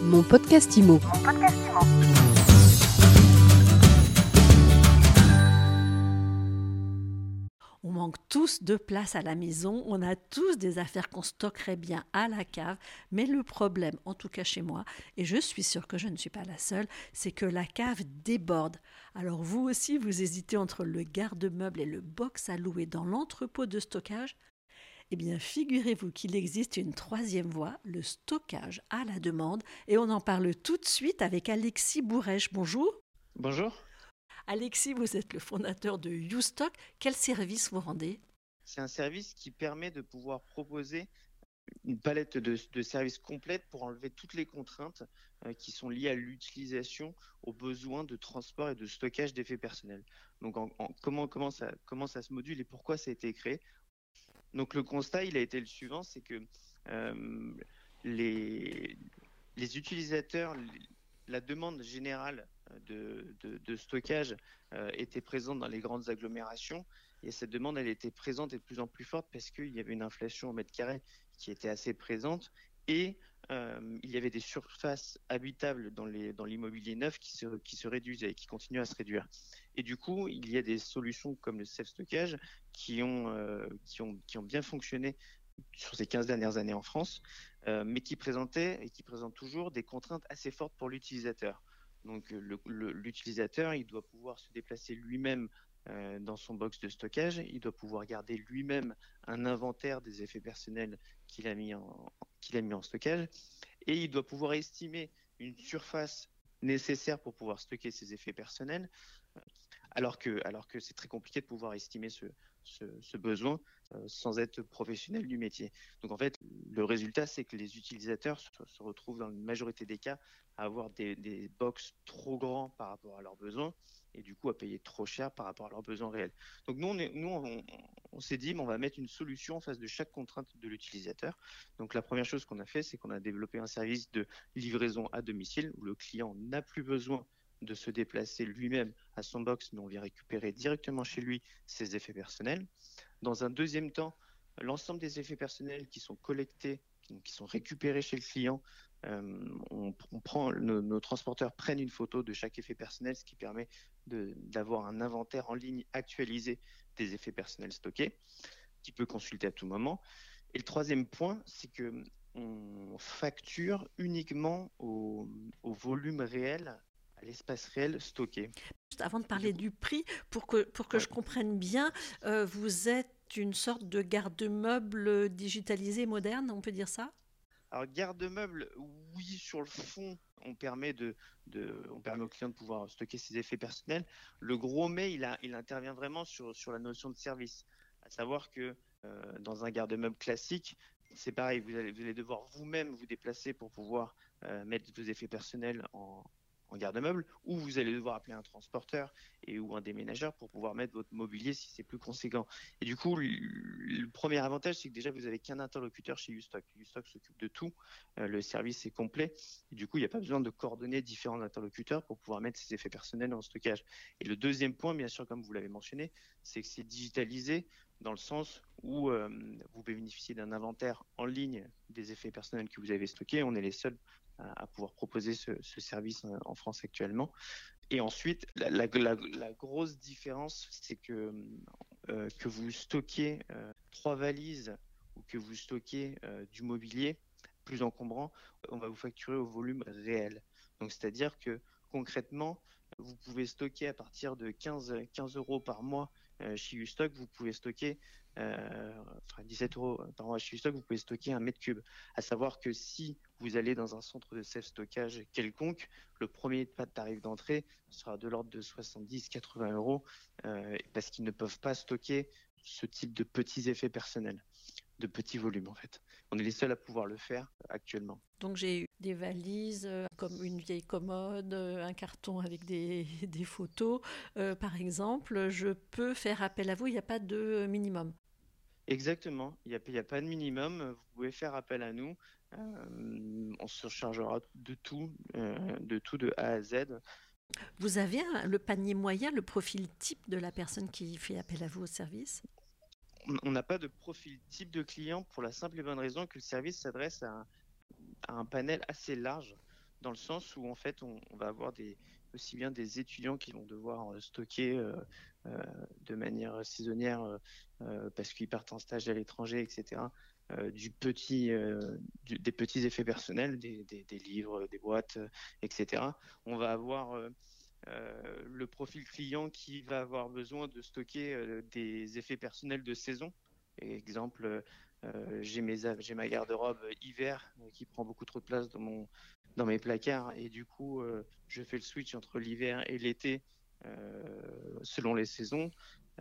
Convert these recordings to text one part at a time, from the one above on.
Mon podcast IMO. On manque tous de place à la maison, on a tous des affaires qu'on stockerait bien à la cave, mais le problème, en tout cas chez moi, et je suis sûre que je ne suis pas la seule, c'est que la cave déborde. Alors vous aussi, vous hésitez entre le garde-meuble et le box à louer dans l'entrepôt de stockage ? Eh bien, figurez-vous qu'il existe une troisième voie, le stockage à la demande, et on en parle tout de suite avec Alexis Bourèche. Bonjour. Bonjour. Alexis, vous êtes le fondateur de YouStock. Quel service vous rendez ? C'est un service qui permet de pouvoir proposer une palette de services complète pour enlever toutes les contraintes qui sont liées à l'utilisation, aux besoins de transport et de stockage d'effets personnels. Donc, comment ça se module et pourquoi ça a été créé ? Donc, le constat, il a été le suivant, c'est que les utilisateurs, la demande générale de stockage était présente dans les grandes agglomérations et cette demande, elle était présente et de plus en plus forte parce qu'il y avait une inflation au mètre carré qui était assez présente et il y avait des surfaces habitables dans l'immobilier neuf qui se réduisaient et qui continuent à se réduire. Et du coup, il y a des solutions comme le self-stockage qui ont bien fonctionné sur ces 15 dernières années en France, mais qui présentaient et qui présentent toujours des contraintes assez fortes pour l'utilisateur. Donc l'utilisateur, il doit pouvoir se déplacer lui-même dans son box de stockage, il doit pouvoir garder lui-même un inventaire des effets personnels qu'il a mis en stockage, et il doit pouvoir estimer une surface nécessaire pour pouvoir stocker ses effets personnels, alors que c'est très compliqué de pouvoir estimer ce besoin sans être professionnel du métier. Donc en fait, le résultat, c'est que les utilisateurs se retrouvent dans une majorité des cas à avoir des box trop grands par rapport à leurs besoins et du coup à payer trop cher par rapport à leurs besoins réels. Donc on s'est dit, on va mettre une solution en face de chaque contrainte de l'utilisateur. Donc la première chose qu'on a fait, c'est qu'on a développé un service de livraison à domicile où le client n'a plus besoin de se déplacer lui-même à son box, mais on vient récupérer directement chez lui ses effets personnels. Dans un deuxième temps, l'ensemble des effets personnels qui sont collectés, qui sont récupérés chez le client, nos transporteurs prennent une photo de chaque effet personnel, ce qui permet d'avoir un inventaire en ligne actualisé des effets personnels stockés, qui peut consulter à tout moment. Et le troisième point, c'est que on facture uniquement au volume réel, à l'espace réel stocké. Juste avant de parler du prix, pour que je comprenne bien, vous êtes une sorte de garde-meuble digitalisé moderne, on peut dire ça ? Alors garde-meuble, oui, sur le fond, on permet au client de pouvoir stocker ses effets personnels. Le gros mais, il intervient vraiment sur la notion de service. À savoir que dans un garde-meuble classique, c'est pareil, vous allez devoir vous-même vous déplacer pour pouvoir mettre vos effets personnels en garde-meuble, ou vous allez devoir appeler un transporteur ou un déménageur pour pouvoir mettre votre mobilier si c'est plus conséquent. Et du coup, le premier avantage, c'est que déjà, vous n'avez qu'un interlocuteur chez YouStock. YouStock s'occupe de tout, le service est complet, et du coup, il n'y a pas besoin de coordonner différents interlocuteurs pour pouvoir mettre ses effets personnels en stockage. Et le deuxième point, bien sûr, comme vous l'avez mentionné, c'est que c'est digitalisé dans le sens où vous bénéficiez d'un inventaire en ligne des effets personnels que vous avez stockés. On est les seuls à pouvoir proposer ce service en France actuellement. Et ensuite, la grosse différence, c'est que vous stockez 3 valises ou que vous stockez du mobilier plus encombrant, on va vous facturer au volume réel. Donc, c'est-à-dire que concrètement, vous pouvez stocker à partir de 15 euros par mois chez YouStock, vous pouvez stocker 17 euros par mois chez YouStock, vous pouvez stocker 1 mètre cube. À savoir que si vous allez dans un centre de self-stockage quelconque, le premier pas de tarif d'entrée sera de l'ordre de 70-80 euros parce qu'ils ne peuvent pas stocker ce type de petits effets personnels, de petits volumes en fait. On est les seuls à pouvoir le faire actuellement. Donc j'ai eu des valises, comme une vieille commode, un carton avec des photos. Par exemple, je peux faire appel à vous, il n'y a pas de minimum. Exactement, il n'y a pas de minimum, vous pouvez faire appel à nous, on se chargera de tout de A à Z. Vous avez le panier moyen, le profil type de la personne qui fait appel à vous au service ? On n'a pas de profil type de client pour la simple et bonne raison que le service s'adresse à un panel assez large. dans le sens où en fait on va avoir aussi bien des étudiants qui vont devoir stocker de manière saisonnière parce qu'ils partent en stage à l'étranger, etc. Des petits effets personnels, des livres, des boîtes, etc. On va avoir le profil client qui va avoir besoin de stocker des effets personnels de saison. Exemple, j'ai ma garde-robe hiver qui prend beaucoup trop de place dans mes placards et du coup, je fais le switch entre l'hiver et l'été selon les saisons.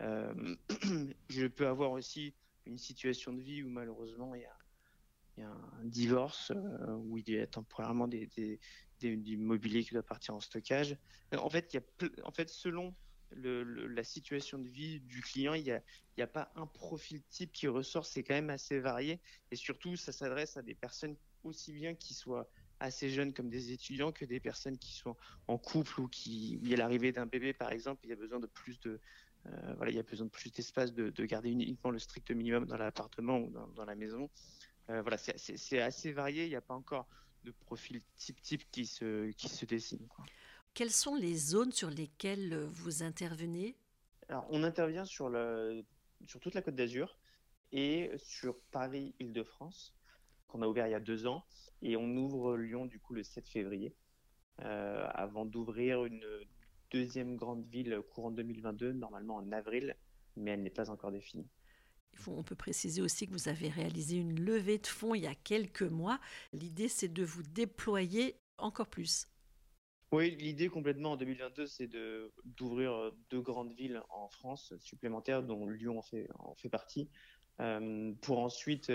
Je peux avoir aussi une situation de vie où malheureusement il y a un divorce où il y a temporairement du mobilier qui doit partir en stockage. En fait, selon la situation de vie du client, il y a pas un profil type qui ressort, c'est quand même assez varié. Et surtout, ça s'adresse à des personnes aussi bien qui soient assez jeunes comme des étudiants que des personnes qui sont en couple ou où il y a l'arrivée d'un bébé, par exemple, il y a besoin de plus il y a besoin de plus d'espace, de garder uniquement le strict minimum dans l'appartement ou dans la maison. C'est assez varié, il n'y a pas encore de profil type qui se dessine, quoi. Quelles sont les zones sur lesquelles vous intervenez ? Alors, on intervient sur toute la Côte d'Azur et sur Paris-Île-de-France, qu'on a ouvert il y a 2 ans, et on ouvre Lyon du coup le 7 février, avant d'ouvrir une deuxième grande ville courant 2022, normalement en avril, mais elle n'est pas encore définie. On peut préciser aussi que vous avez réalisé une levée de fonds il y a quelques mois. L'idée, c'est de vous déployer encore plus. Oui, l'idée complètement en 2022, c'est d'ouvrir 2 grandes villes en France supplémentaires, dont Lyon en fait partie, pour ensuite,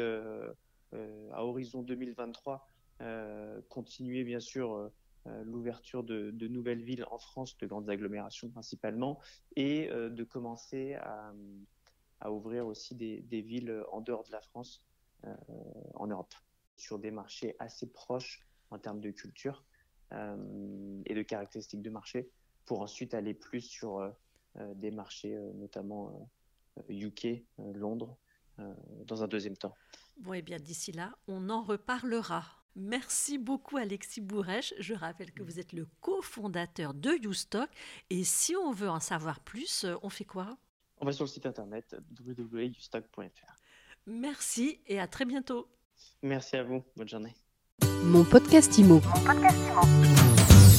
à horizon 2023, continuer bien sûr l'ouverture de nouvelles villes en France, de grandes agglomérations principalement, et de commencer à ouvrir aussi des villes en dehors de la France, en Europe, sur des marchés assez proches en termes de culture et de caractéristiques de marché, pour ensuite aller plus sur des marchés notamment UK, Londres, dans un deuxième temps. Bon, et bien d'ici là, on en reparlera. Merci beaucoup Alexis Bourèche. Je rappelle que vous êtes le cofondateur de YouStock. Et si on veut en savoir plus, on fait quoi ? On va sur le site internet www.youstock.fr. Merci et à très bientôt. Merci à vous. Bonne journée. Mon podcast IMO.